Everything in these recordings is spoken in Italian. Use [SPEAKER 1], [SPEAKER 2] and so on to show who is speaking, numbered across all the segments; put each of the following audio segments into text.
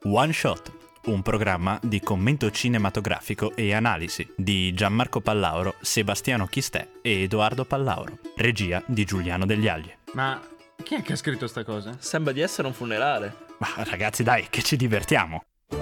[SPEAKER 1] One Shot, un programma di commento cinematografico e analisi di Gianmarco Pallauro, Sebastiano Chistè e Edoardo Pallauro, regia di Giuliano Degli Agli.
[SPEAKER 2] Ma chi è che ha scritto sta cosa?
[SPEAKER 3] Sembra di essere un funerale.
[SPEAKER 1] Ma ragazzi, dai, che ci divertiamo!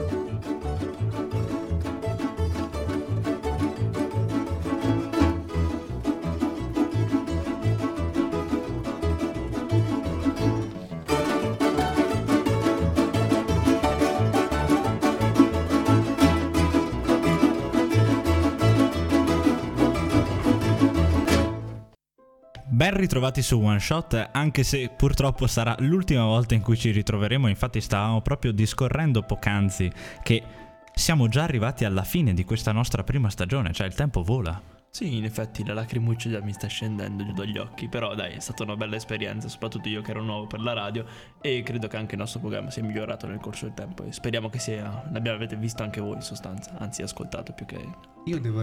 [SPEAKER 1] Ben ritrovati su One Shot, anche se purtroppo sarà l'ultima volta in cui ci ritroveremo. Infatti stavamo proprio discorrendo poc'anzi che siamo già arrivati alla fine di questa nostra prima stagione, cioè il tempo vola.
[SPEAKER 3] Sì, in effetti la lacrimuccia già mi sta scendendo giù dagli occhi, però dai, è stata una bella esperienza, soprattutto io che ero nuovo per la radio, e credo che anche il nostro programma sia migliorato nel corso del tempo e speriamo che l'abbiate visto anche voi in sostanza, anzi ascoltato più che...
[SPEAKER 4] Io devo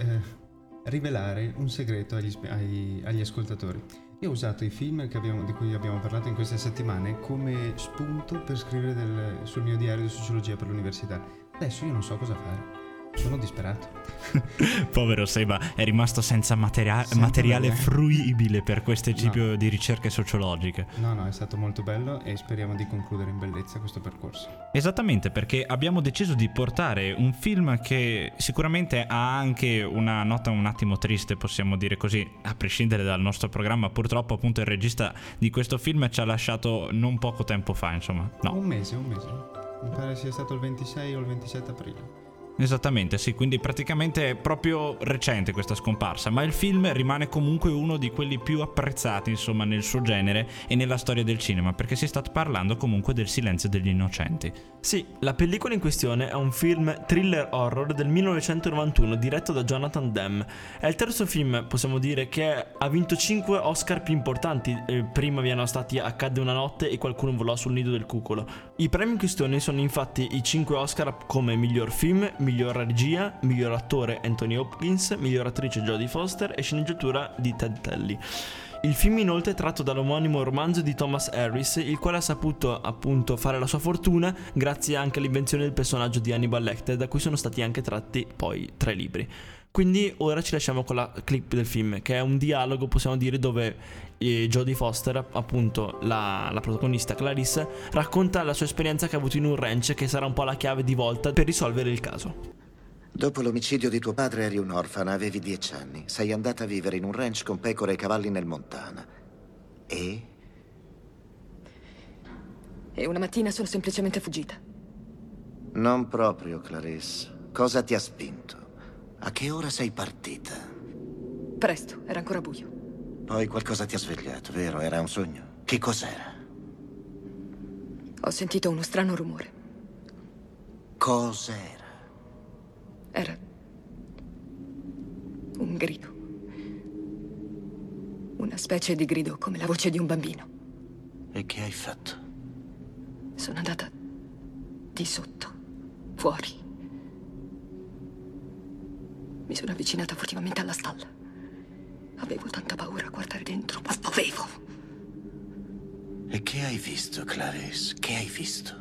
[SPEAKER 4] rivelare un segreto agli ascoltatori. Io ho usato i film di cui abbiamo parlato in queste settimane come spunto per scrivere sul mio diario di sociologia per l'università. Adesso io non so cosa fare. Sono disperato.
[SPEAKER 1] Povero Seba, è rimasto senza materiale fruibile per questo tipo di ricerche sociologiche.
[SPEAKER 4] No, è stato molto bello e speriamo di concludere in bellezza questo percorso.
[SPEAKER 1] Esattamente, perché abbiamo deciso di portare un film che sicuramente ha anche una nota un attimo triste, possiamo dire così, a prescindere dal nostro programma. Purtroppo appunto il regista di questo film ci ha lasciato non poco tempo fa, insomma. No.
[SPEAKER 4] Un mese. Mi pare sia stato il 26 o il 27 aprile.
[SPEAKER 1] Esattamente, sì, quindi praticamente è proprio recente questa scomparsa, ma il film rimane comunque uno di quelli più apprezzati, insomma, nel suo genere e nella storia del cinema, perché si sta parlando comunque del Silenzio degli Innocenti.
[SPEAKER 3] Sì, la pellicola in questione è un film thriller horror del 1991 diretto da Jonathan Demme. È il terzo film, possiamo dire, che ha vinto 5 Oscar più importanti. Prima vi erano stati Accadde una notte e Qualcuno volò sul nido del cucolo. I premi in questione sono infatti i 5 Oscar come miglior film, miglior regia, miglior attore Anthony Hopkins, miglior attrice Jodie Foster e sceneggiatura di Ted Telly. Il film inoltre è tratto dall'omonimo romanzo di Thomas Harris, il quale ha saputo appunto fare la sua fortuna grazie anche all'invenzione del personaggio di Hannibal Lecter, da cui sono stati anche tratti poi 3 libri. Quindi ora ci lasciamo con la clip del film, che è un dialogo, possiamo dire, dove Jodie Foster, appunto la protagonista Clarisse, racconta la sua esperienza che ha avuto in un ranch, che sarà un po' la chiave di volta per risolvere il caso.
[SPEAKER 5] Dopo l'omicidio di tuo padre eri un'orfana, avevi 10 anni. Sei andata a vivere in un ranch con pecore e cavalli nel Montana. E
[SPEAKER 6] una mattina sono semplicemente fuggita.
[SPEAKER 5] non proprio, Clarisse. Cosa ti ha spinto? A che ora sei partita?
[SPEAKER 6] Presto, era ancora buio.
[SPEAKER 5] Poi qualcosa ti ha svegliato, vero? Era un sogno? Che cos'era?
[SPEAKER 6] Ho sentito uno strano rumore.
[SPEAKER 5] Cos'era?
[SPEAKER 6] Era un grido. Una specie di grido come la voce di un bambino.
[SPEAKER 5] E che hai fatto?
[SPEAKER 6] Sono andata di sotto, fuori. Mi sono avvicinata furtivamente alla stalla. Avevo tanta paura a guardare dentro, ma dovevo.
[SPEAKER 5] E che hai visto, Clarisse? Che hai visto?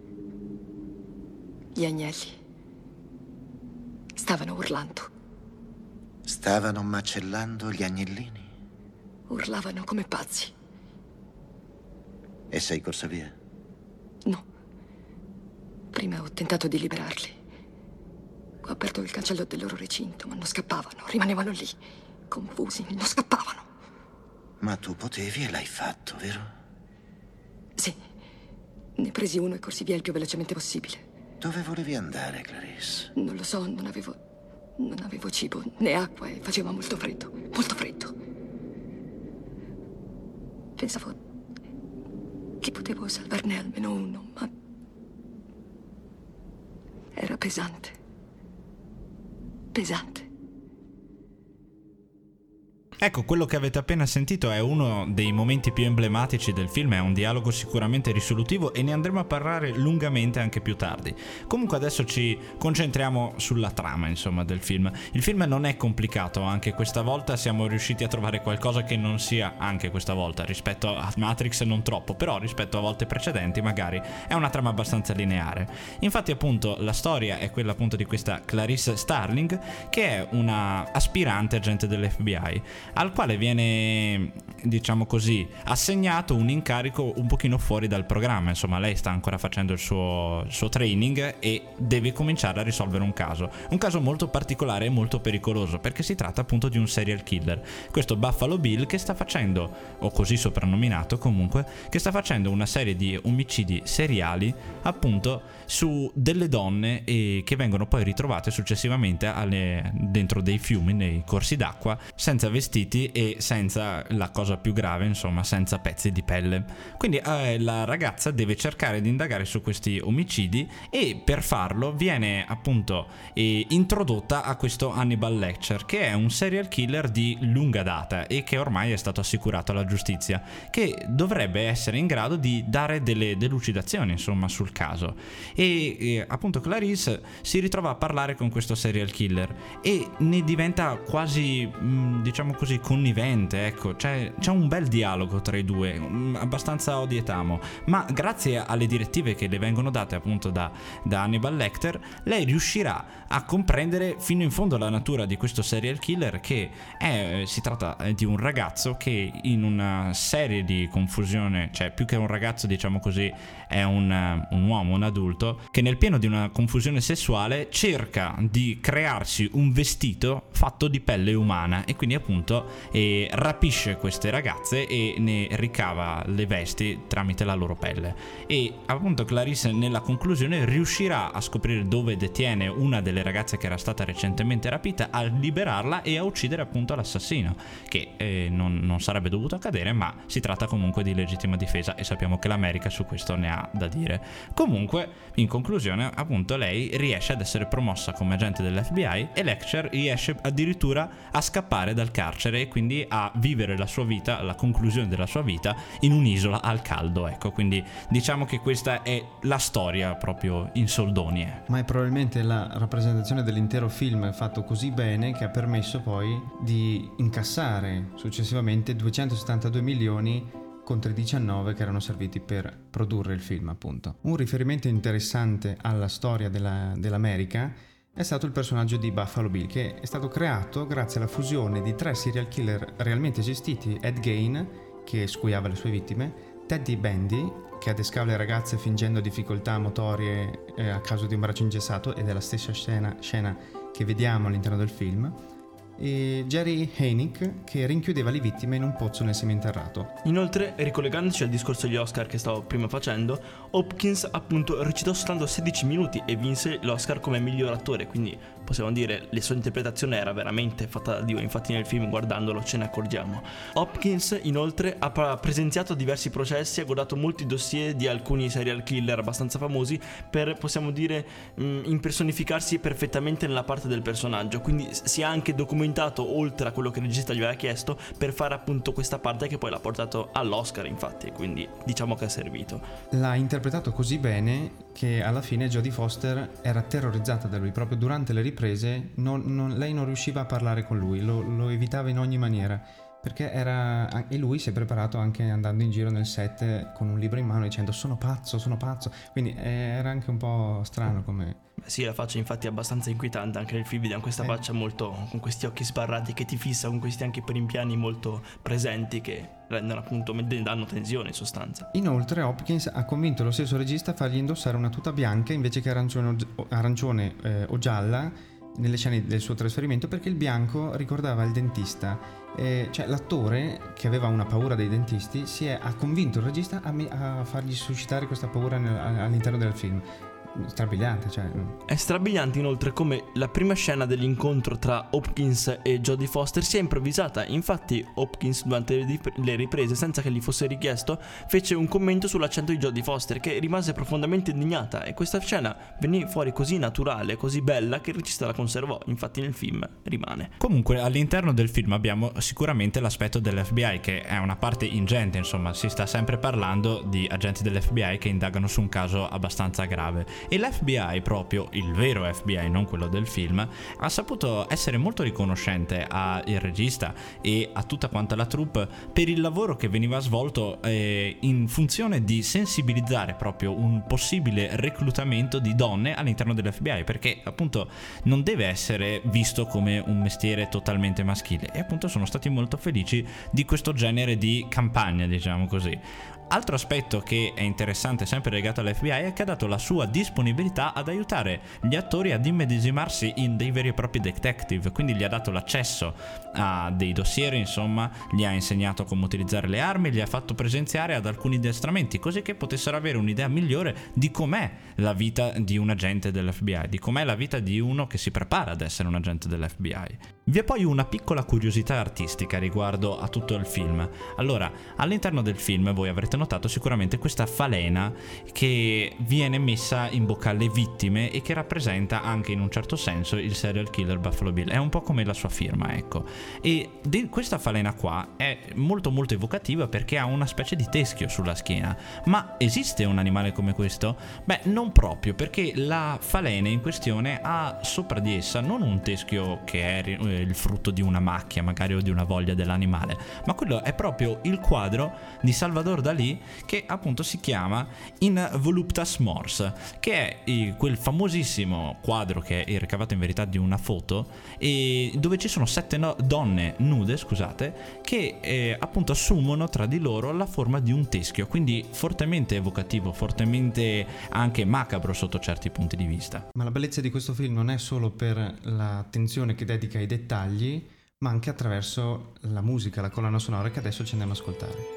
[SPEAKER 6] Gli agnelli stavano urlando.
[SPEAKER 5] Stavano macellando gli agnellini?
[SPEAKER 6] Urlavano come pazzi.
[SPEAKER 5] E sei corsa via?
[SPEAKER 6] No. Prima ho tentato di liberarli. Ho aperto il cancello del loro recinto, ma non scappavano. Rimanevano lì, confusi, non scappavano.
[SPEAKER 5] Ma tu potevi e l'hai fatto, vero?
[SPEAKER 6] Sì. Ne presi uno e corsi via il più velocemente possibile.
[SPEAKER 5] Dove volevi andare, Clarisse?
[SPEAKER 6] Non lo so, non avevo cibo né acqua e faceva molto freddo. Molto freddo. Pensavo che potevo salvarne almeno uno, ma era pesante. Pesante.
[SPEAKER 1] Ecco, quello che avete appena sentito è uno dei momenti più emblematici del film, è un dialogo sicuramente risolutivo e ne andremo a parlare lungamente anche più tardi. Comunque adesso ci concentriamo sulla trama, insomma, del film. Il film non è complicato, anche questa volta siamo riusciti a trovare qualcosa che non sia, anche questa volta, rispetto a Matrix non troppo, però rispetto a volte precedenti magari è una trama abbastanza lineare. Infatti appunto la storia è quella appunto di questa Clarice Starling, che è una aspirante agente dell'FBI, al quale viene, diciamo così, assegnato un incarico un pochino fuori dal programma. Insomma, lei sta ancora facendo il suo training e deve cominciare a risolvere un caso molto particolare e molto pericoloso, perché si tratta appunto di un serial killer, questo Buffalo Bill, che sta facendo, o così soprannominato comunque, che sta facendo una serie di omicidi seriali appunto su delle donne e che vengono poi ritrovate successivamente dentro dei fiumi, nei corsi d'acqua, senza vestiti e senza, la cosa più grave, insomma, senza pezzi di pelle. Quindi la ragazza deve cercare di indagare su questi omicidi e per farlo viene appunto introdotta a questo Hannibal Lecter, che è un serial killer di lunga data e che ormai è stato assicurato alla giustizia, che dovrebbe essere in grado di dare delle delucidazioni, insomma, sul caso. E appunto Clarice si ritrova a parlare con questo serial killer e ne diventa quasi, diciamo così, connivente. Ecco, c'è un bel dialogo tra i due, abbastanza odi et amo, ma grazie alle direttive che le vengono date appunto da Hannibal Lecter, lei riuscirà a comprendere fino in fondo la natura di questo serial killer, che si tratta di un ragazzo che in una serie di confusione, cioè più che un ragazzo, diciamo così, è un uomo, un adulto, che nel pieno di una confusione sessuale cerca di crearsi un vestito fatto di pelle umana e quindi appunto rapisce queste ragazze e ne ricava le vesti tramite la loro pelle. E appunto Clarice nella conclusione riuscirà a scoprire dove detiene una delle ragazze che era stata recentemente rapita, a liberarla e a uccidere appunto l'assassino, che non sarebbe dovuto accadere, ma si tratta comunque di legittima difesa e sappiamo che l'America su questo ne ha da dire. Comunque, in conclusione, appunto lei riesce ad essere promossa come agente dell'FBI e Lecter riesce addirittura a scappare dal carcere e quindi a vivere la sua vita, la conclusione della sua vita, in un'isola al caldo. Ecco, quindi diciamo che questa è la storia proprio in soldoni.
[SPEAKER 4] Ma è probabilmente la rappresentazione dell'intero film fatto così bene che ha permesso poi di incassare successivamente 272 milioni contro i 19 che erano serviti per produrre il film, appunto. Un riferimento interessante alla storia dell'America è stato il personaggio di Buffalo Bill, che è stato creato grazie alla fusione di 3 serial killer realmente esistiti: Ed Gein, che scuiava le sue vittime, Teddy Bundy, che adescava le ragazze fingendo difficoltà motorie a causa di un braccio ingessato, ed è la stessa scena che vediamo all'interno del film, e Jerry Heineck, che rinchiudeva le vittime in un pozzo nel seminterrato.
[SPEAKER 3] Inoltre, ricollegandoci al discorso degli Oscar che stavo prima facendo, Hopkins appunto recitò soltanto 16 minuti e vinse l'Oscar come miglior attore, quindi possiamo dire la sua interpretazione era veramente fatta da Dio. Infatti nel film, guardandolo, ce ne accorgiamo. Hopkins inoltre ha presenziato a diversi processi, ha guardato molti dossier di alcuni serial killer abbastanza famosi per, possiamo dire, impersonificarsi perfettamente nella parte del personaggio, quindi si è anche documentato oltre a quello che il regista gli aveva chiesto per fare appunto questa parte che poi l'ha portato all'Oscar, infatti, quindi diciamo che è servito.
[SPEAKER 4] L'ha interpretato così bene che alla fine Jodie Foster era terrorizzata da lui. Proprio durante le riprese lei non riusciva a parlare con lui, lo evitava in ogni maniera, perché e lui si è preparato anche andando in giro nel set con un libro in mano dicendo sono pazzo, quindi era anche un po' strano come...
[SPEAKER 3] Sì, la faccia infatti è abbastanza inquietante, anche nel film vediamo questa faccia molto, con questi occhi sbarrati che ti fissa, con questi anche perimpiani molto presenti che rendono appunto, danno tensione in sostanza.
[SPEAKER 4] Inoltre Hopkins ha convinto lo stesso regista a fargli indossare una tuta bianca invece che arancione o gialla nelle scene del suo trasferimento, perché il bianco ricordava il dentista. Cioè l'attore, che aveva una paura dei dentisti, ha convinto il regista a fargli suscitare questa paura all'interno del film. strabiliante, cioè.
[SPEAKER 3] È strabiliante inoltre come la prima scena dell'incontro tra Hopkins e Jodie Foster sia improvvisata. Infatti Hopkins durante le riprese, senza che gli fosse richiesto, fece un commento sull'accento di Jodie Foster, che rimase profondamente indignata, e questa scena venne fuori così naturale, così bella, che il regista la conservò. Infatti nel film rimane.
[SPEAKER 1] Comunque all'interno del film abbiamo sicuramente l'aspetto dell'FBI, che è una parte ingente, insomma si sta sempre parlando di agenti dell'FBI che indagano su un caso abbastanza grave, e l'FBI, proprio il vero FBI, non quello del film, ha saputo essere molto riconoscente al regista e a tutta quanta la troupe per il lavoro che veniva svolto in funzione di sensibilizzare proprio un possibile reclutamento di donne all'interno dell'FBI, perché appunto non deve essere visto come un mestiere totalmente maschile, e appunto sono stati molto felici di questo genere di campagna, diciamo così. Altro aspetto che è interessante, sempre legato all'FBI, è che ha dato la sua disponibilità ad aiutare gli attori ad immedesimarsi in dei veri e propri detective, quindi gli ha dato l'accesso a dei dossier, insomma, gli ha insegnato come utilizzare le armi, gli ha fatto presenziare ad alcuni addestramenti, così che potessero avere un'idea migliore di com'è la vita di un agente dell'FBI, di com'è la vita di uno che si prepara ad essere un agente dell'FBI. Vi è poi una piccola curiosità artistica riguardo a tutto il film. Allora, all'interno del film voi avrete notato sicuramente questa falena che viene messa in bocca alle vittime e che rappresenta anche in un certo senso il serial killer Buffalo Bill. È un po' come la sua firma, ecco. E questa falena qua è molto molto evocativa perché ha una specie di teschio sulla schiena. Ma esiste un animale come questo? Beh, non proprio, perché la falena in questione ha sopra di essa non un teschio che è il frutto di una macchia magari o di una voglia dell'animale, ma quello è proprio il quadro di Salvador Dalì, che appunto si chiama In Voluptas Mors, che è quel famosissimo quadro che è ricavato in verità di una foto, e dove ci sono 7 donne nude, scusate, che appunto assumono tra di loro la forma di un teschio, quindi fortemente evocativo, fortemente anche macabro sotto certi punti di vista.
[SPEAKER 4] Ma la bellezza di questo film non è solo per l'attenzione che dedica ai dettagli, ma anche attraverso la musica, la colonna sonora che adesso ci andiamo ad ascoltare.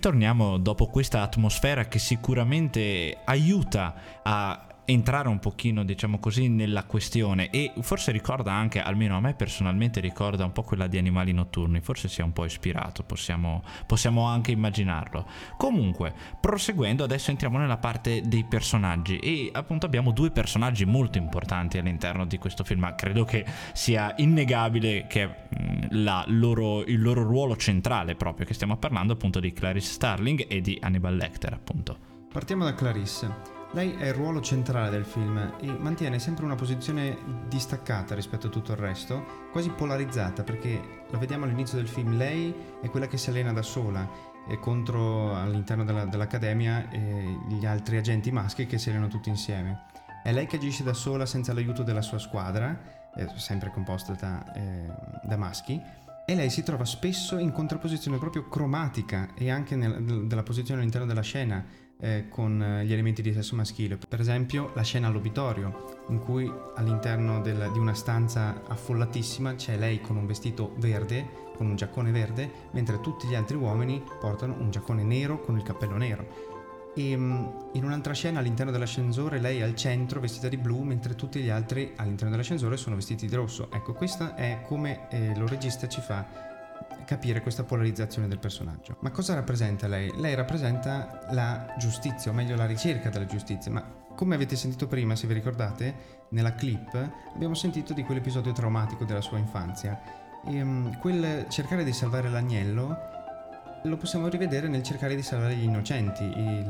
[SPEAKER 1] ritorniamo dopo questa atmosfera che sicuramente aiuta a entrare un pochino, diciamo così, nella questione, e forse ricorda anche, almeno a me personalmente ricorda un po' quella di Animali Notturni, forse sia un po' ispirato, possiamo anche immaginarlo. Comunque, proseguendo, adesso entriamo nella parte dei personaggi, e appunto abbiamo due personaggi molto importanti all'interno di questo film, ma credo che sia innegabile che il loro ruolo centrale, proprio, che stiamo parlando appunto di Clarice Starling e di Hannibal Lecter, appunto.
[SPEAKER 4] Partiamo da Clarice. Lei è il ruolo centrale del film e mantiene sempre una posizione distaccata rispetto a tutto il resto, quasi polarizzata, perché lo vediamo all'inizio del film, lei è quella che si allena da sola e contro all'interno dell'accademia gli altri agenti maschi che si allenano tutti insieme. È lei che agisce da sola senza l'aiuto della sua squadra, sempre composta da maschi, e lei si trova spesso in contrapposizione proprio cromatica e anche della posizione all'interno della scena, con gli elementi di sesso maschile. Per esempio la scena all'obitorio, in cui all'interno di una stanza affollatissima c'è lei con un vestito verde, con un giaccone verde, mentre tutti gli altri uomini portano un giaccone nero con il cappello nero. E in un'altra scena all'interno dell'ascensore lei è al centro vestita di blu, mentre tutti gli altri all'interno dell'ascensore sono vestiti di rosso. Ecco, questa è come lo regista ci fa capire questa polarizzazione del personaggio. Ma cosa rappresenta lei? Lei rappresenta la giustizia, o meglio la ricerca della giustizia. Ma come avete sentito prima, se vi ricordate, nella clip abbiamo sentito di quell'episodio traumatico della sua infanzia, e quel cercare di salvare l'agnello lo possiamo rivedere nel cercare di salvare gli innocenti,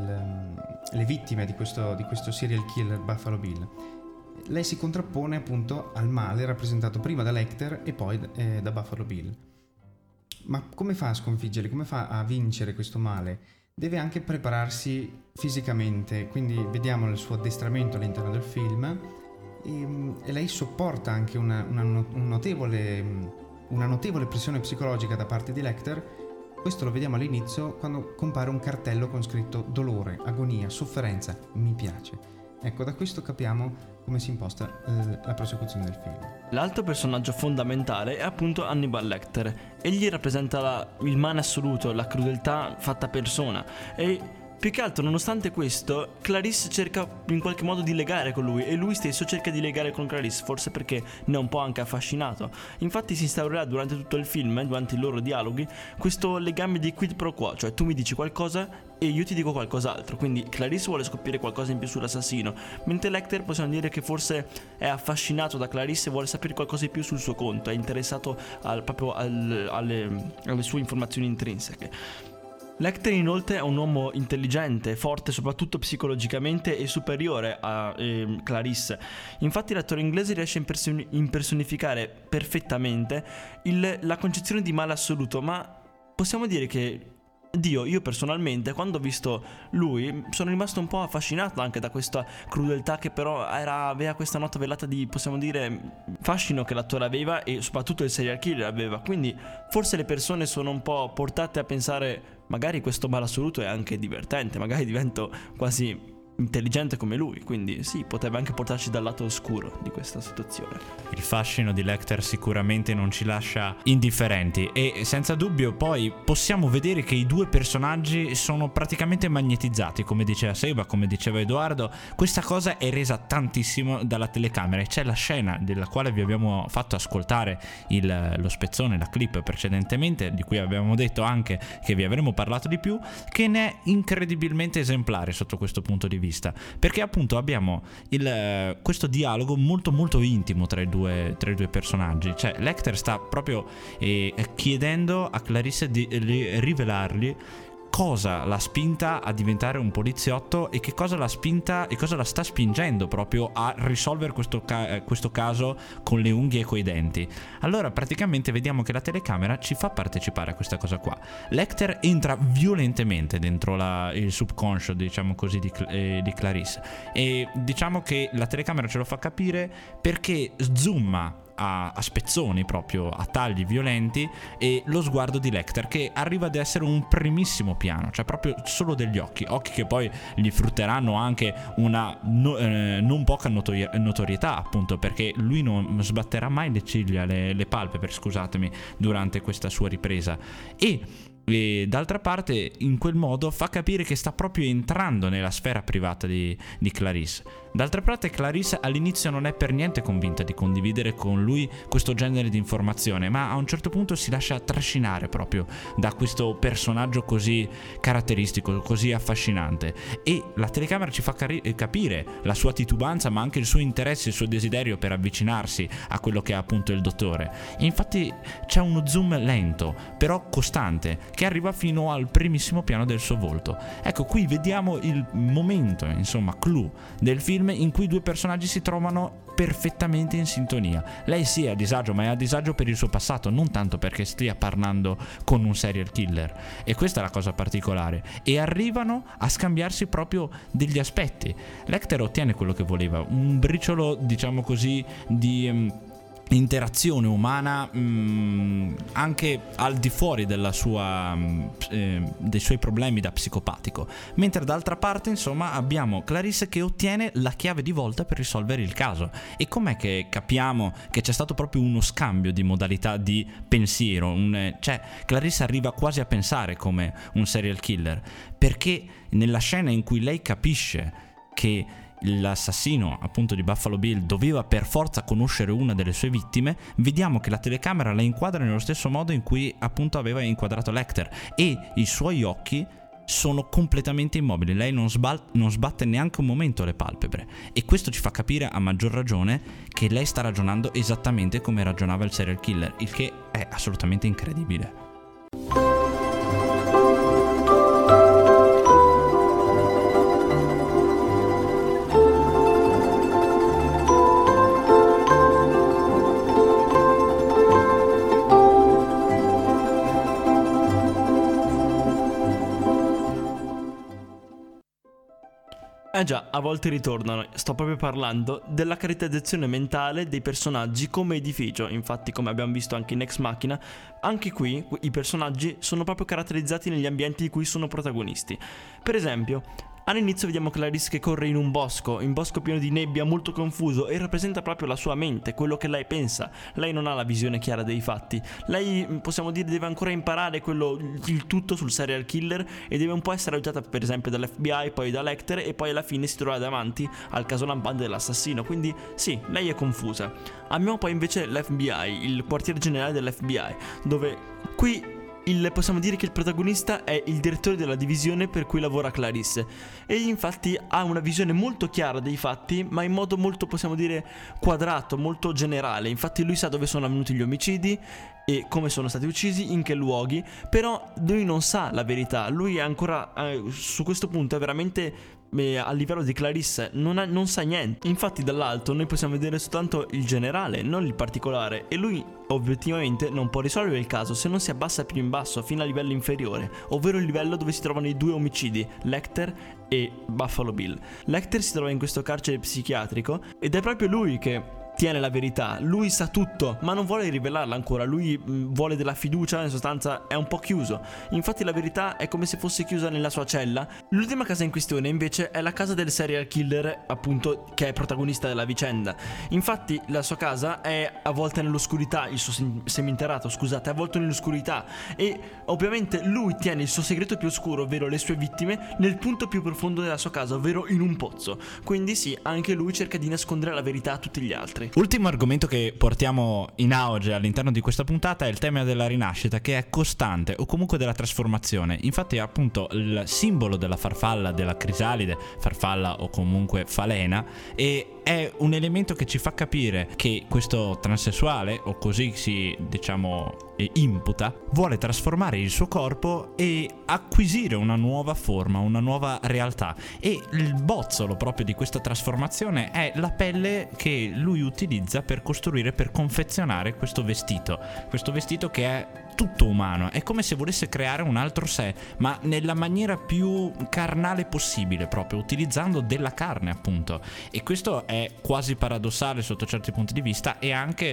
[SPEAKER 4] le vittime di questo serial killer Buffalo Bill. Lei si contrappone appunto al male rappresentato prima da Lecter e poi da Buffalo Bill. Ma come fa a sconfiggerli? Come fa a vincere questo male? Deve anche prepararsi fisicamente, quindi vediamo il suo addestramento all'interno del film, e lei sopporta anche una notevole pressione psicologica da parte di Lecter. Questo lo vediamo all'inizio, quando compare un cartello con scritto dolore, agonia, sofferenza, mi piace. Ecco, da questo capiamo come si imposta la prosecuzione del film.
[SPEAKER 3] L'altro personaggio fondamentale è appunto Hannibal Lecter. Egli rappresenta il male assoluto, la crudeltà fatta persona, e più che altro, nonostante questo, Clarice cerca in qualche modo di legare con lui, e lui stesso cerca di legare con Clarice, forse perché ne è un po' anche affascinato. Infatti si instaurerà durante tutto il film, durante i loro dialoghi, questo legame di quid pro quo, cioè tu mi dici qualcosa e io ti dico qualcos'altro. Quindi Clarice vuole scoprire qualcosa in più sull'assassino, mentre Lecter possiamo dire che forse è affascinato da Clarice e vuole sapere qualcosa in più sul suo conto, è interessato proprio alle sue informazioni intrinseche. Lecter inoltre è un uomo intelligente, forte soprattutto psicologicamente e superiore a Clarice. Infatti l'attore inglese riesce a impersonificare perfettamente la concezione di male assoluto, ma possiamo dire che io personalmente, quando ho visto lui, sono rimasto un po' affascinato anche da questa crudeltà che però aveva questa nota velata di, possiamo dire, fascino che l'attore aveva, e soprattutto il serial killer aveva. Quindi forse le persone sono un po' portate a pensare, magari questo male assoluto è anche divertente, magari divento quasi intelligente come lui, quindi sì, potrebbe anche portarci dal lato oscuro di questa situazione.
[SPEAKER 1] Il fascino di Lecter sicuramente non ci lascia indifferenti, e senza dubbio poi possiamo vedere che i due personaggi sono praticamente magnetizzati, come diceva Seba, come diceva Edoardo. Questa cosa è resa tantissimo dalla telecamera, e c'è la scena della quale vi abbiamo fatto ascoltare lo spezzone, la clip precedentemente, di cui abbiamo detto anche che vi avremmo parlato di più, che ne è incredibilmente esemplare sotto questo punto di vista, perché appunto abbiamo questo dialogo molto molto intimo tra i due personaggi. Cioè Lecter sta proprio chiedendo a Clarice di rivelargli cosa l'ha spinta a diventare un poliziotto, e che cosa l'ha spinta e cosa la sta spingendo proprio a risolvere questo caso con le unghie e coi denti. Allora praticamente vediamo che la telecamera ci fa partecipare a questa cosa qua. Lecter entra violentemente dentro il subconscio, diciamo così, di Clarice, e diciamo che la telecamera ce lo fa capire perché zooma a spezzoni, proprio a tagli violenti, e lo sguardo di Lecter che arriva ad essere un primissimo piano, cioè proprio solo degli occhi che poi gli frutteranno anche una non poca notorietà, appunto perché lui non sbatterà mai le ciglia, le palpebre, scusatemi, durante questa sua ripresa. E e d'altra parte in quel modo fa capire che sta proprio entrando nella sfera privata di Clarisse. D'altra parte Clarisse all'inizio non è per niente convinta di condividere con lui questo genere di informazione, ma a un certo punto si lascia trascinare proprio da questo personaggio così caratteristico, così affascinante, e la telecamera ci fa capire la sua titubanza, ma anche il suo interesse, il suo desiderio per avvicinarsi a quello che è appunto il dottore. E infatti c'è uno zoom lento però costante che arriva fino al primissimo piano del suo volto. Ecco, qui vediamo il momento, insomma, clou del film in cui i due personaggi si trovano perfettamente in sintonia. Lei sì è a disagio, ma è a disagio per il suo passato, non tanto perché stia parlando con un serial killer, e questa è la cosa particolare. E arrivano a scambiarsi proprio degli aspetti. Lecter ottiene quello che voleva, un briciolo, diciamo così, di interazione umana anche al di fuori della sua dei suoi problemi da psicopatico, mentre d'altra parte insomma abbiamo Clarisse che ottiene la chiave di volta per risolvere il caso. E com'è che capiamo che c'è stato proprio uno scambio di modalità di pensiero, cioè Clarisse arriva quasi a pensare come un serial killer, perché nella scena in cui lei capisce che l'assassino appunto di Buffalo Bill doveva per forza conoscere una delle sue vittime, vediamo che la telecamera la inquadra nello stesso modo in cui appunto aveva inquadrato Lecter, e i suoi occhi sono completamente immobili. Lei non sbatte neanche un momento le palpebre, e questo ci fa capire a maggior ragione che lei sta ragionando esattamente come ragionava il serial killer, il che è assolutamente incredibile.
[SPEAKER 3] Già, a volte ritornano. Sto proprio parlando della caratterizzazione mentale dei personaggi come edificio. Infatti, come abbiamo visto anche in Ex Machina, anche qui i personaggi sono proprio caratterizzati negli ambienti di cui sono protagonisti. Per esempio, all'inizio vediamo Clarisse che corre in un bosco pieno di nebbia, molto confuso, e rappresenta proprio la sua mente, quello che lei pensa. Lei non ha la visione chiara dei fatti. Lei, possiamo dire, deve ancora imparare il tutto sul serial killer, e deve un po' essere aiutata per esempio dall'FBI, poi da Lecter, e poi alla fine si trova davanti al caso lampante dell'assassino. Quindi sì, lei è confusa. Abbiamo poi invece l'FBI, il quartier generale dell'FBI, dove qui possiamo dire che il protagonista è il direttore della divisione per cui lavora Clarisse. Egli infatti ha una visione molto chiara dei fatti, ma in modo molto, possiamo dire, quadrato, molto generale. Infatti lui sa dove sono avvenuti gli omicidi e come sono stati uccisi, in che luoghi, però lui non sa la verità. Lui è ancora su questo punto è veramente a livello di Clarisse, non sa niente. Infatti dall'alto noi possiamo vedere soltanto il generale, non il particolare, e lui obiettivamente non può risolvere il caso se non si abbassa più in basso, fino a livello inferiore, ovvero il livello dove si trovano i due omicidi, Lecter e Buffalo Bill. Lecter si trova in questo carcere psichiatrico ed è proprio lui che tiene la verità. Lui sa tutto, ma non vuole rivelarla ancora. Lui vuole della fiducia, in sostanza è un po' chiuso. Infatti la verità è come se fosse chiusa nella sua cella. L'ultima casa in questione invece è la casa del serial killer, appunto, che è protagonista della vicenda. Infatti la sua casa è avvolta nell'oscurità, il suo seminterrato, scusate, è avvolto nell'oscurità, e ovviamente lui tiene il suo segreto più oscuro, ovvero le sue vittime, nel punto più profondo della sua casa, ovvero in un pozzo. Quindi sì, anche lui cerca di nascondere la verità a tutti gli altri.
[SPEAKER 1] Ultimo argomento che portiamo in auge all'interno di questa puntata è il tema della rinascita, che è costante, o comunque della trasformazione. Infatti è appunto il simbolo della farfalla, della crisalide, farfalla o comunque falena, e è un elemento che ci fa capire che questo transessuale, o così si imputa, vuole trasformare il suo corpo e acquisire una nuova forma, una nuova realtà, e il bozzolo proprio di questa trasformazione è la pelle che lui utilizza per costruire, per confezionare questo vestito che è tutto umano. È come se volesse creare un altro sé, ma nella maniera più carnale possibile, proprio utilizzando della carne appunto. E questo è quasi paradossale sotto certi punti di vista, e anche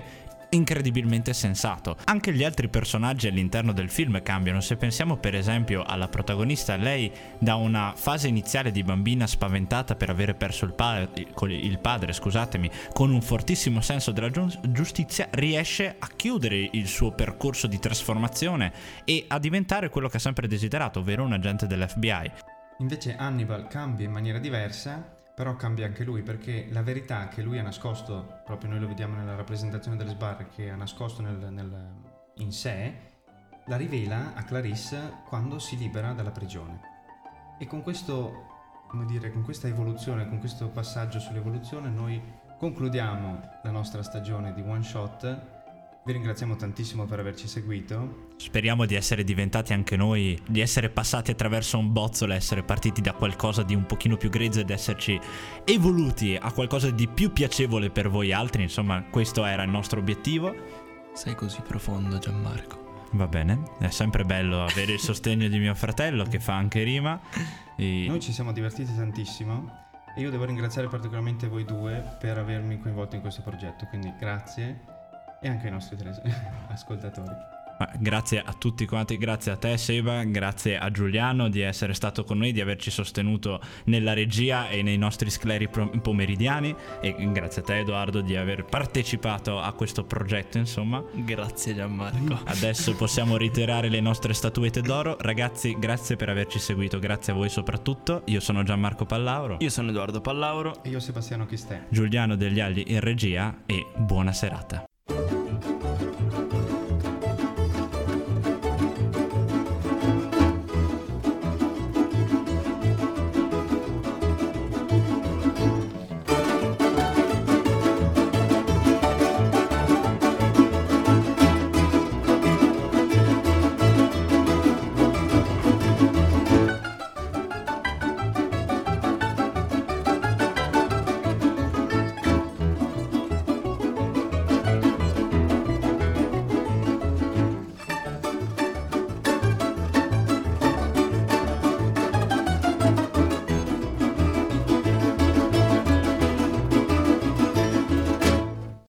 [SPEAKER 1] incredibilmente sensato. Anche gli altri personaggi all'interno del film cambiano. Se pensiamo per esempio alla protagonista, lei da una fase iniziale di bambina spaventata per avere perso il padre, con un fortissimo senso della giustizia, riesce a chiudere il suo percorso di trasformazione e a diventare quello che ha sempre desiderato, ovvero un agente dell'FBI.
[SPEAKER 4] Invece Hannibal cambia in maniera diversa, però cambia anche lui, perché la verità che lui ha nascosto, proprio noi lo vediamo nella rappresentazione delle sbarre, che ha nascosto in sé, la rivela a Clarisse quando si libera dalla prigione. E con questo, con questa evoluzione, con questo passaggio sull'evoluzione, noi concludiamo la nostra stagione di One Shot. Vi ringraziamo tantissimo per averci seguito.
[SPEAKER 1] Speriamo di essere diventati anche noi, di essere passati attraverso un bozzolo, essere partiti da qualcosa di un pochino più grezzo ed esserci evoluti a qualcosa di più piacevole per voi altri. Insomma, questo era il nostro obiettivo.
[SPEAKER 3] Sei così profondo, Gianmarco.
[SPEAKER 1] Va bene, è sempre bello avere il sostegno di mio fratello che fa anche rima.
[SPEAKER 4] Noi ci siamo divertiti tantissimo e io devo ringraziare particolarmente voi due per avermi coinvolto in questo progetto, quindi grazie. E anche ai nostri ascoltatori.
[SPEAKER 1] Grazie a tutti quanti, grazie a te Seba, grazie a Giuliano di essere stato con noi, di averci sostenuto nella regia e nei nostri scleri pomeridiani, e grazie a te Edoardo di aver partecipato a questo progetto, insomma.
[SPEAKER 3] Grazie Gianmarco.
[SPEAKER 1] Adesso possiamo ritirare le nostre statuette d'oro. Ragazzi, grazie per averci seguito, grazie a voi soprattutto. Io sono Gianmarco Pallauro.
[SPEAKER 3] Io sono Edoardo Pallauro.
[SPEAKER 4] E io Sebastiano Chistè.
[SPEAKER 1] Giuliano Degli Agli in regia, e buona serata.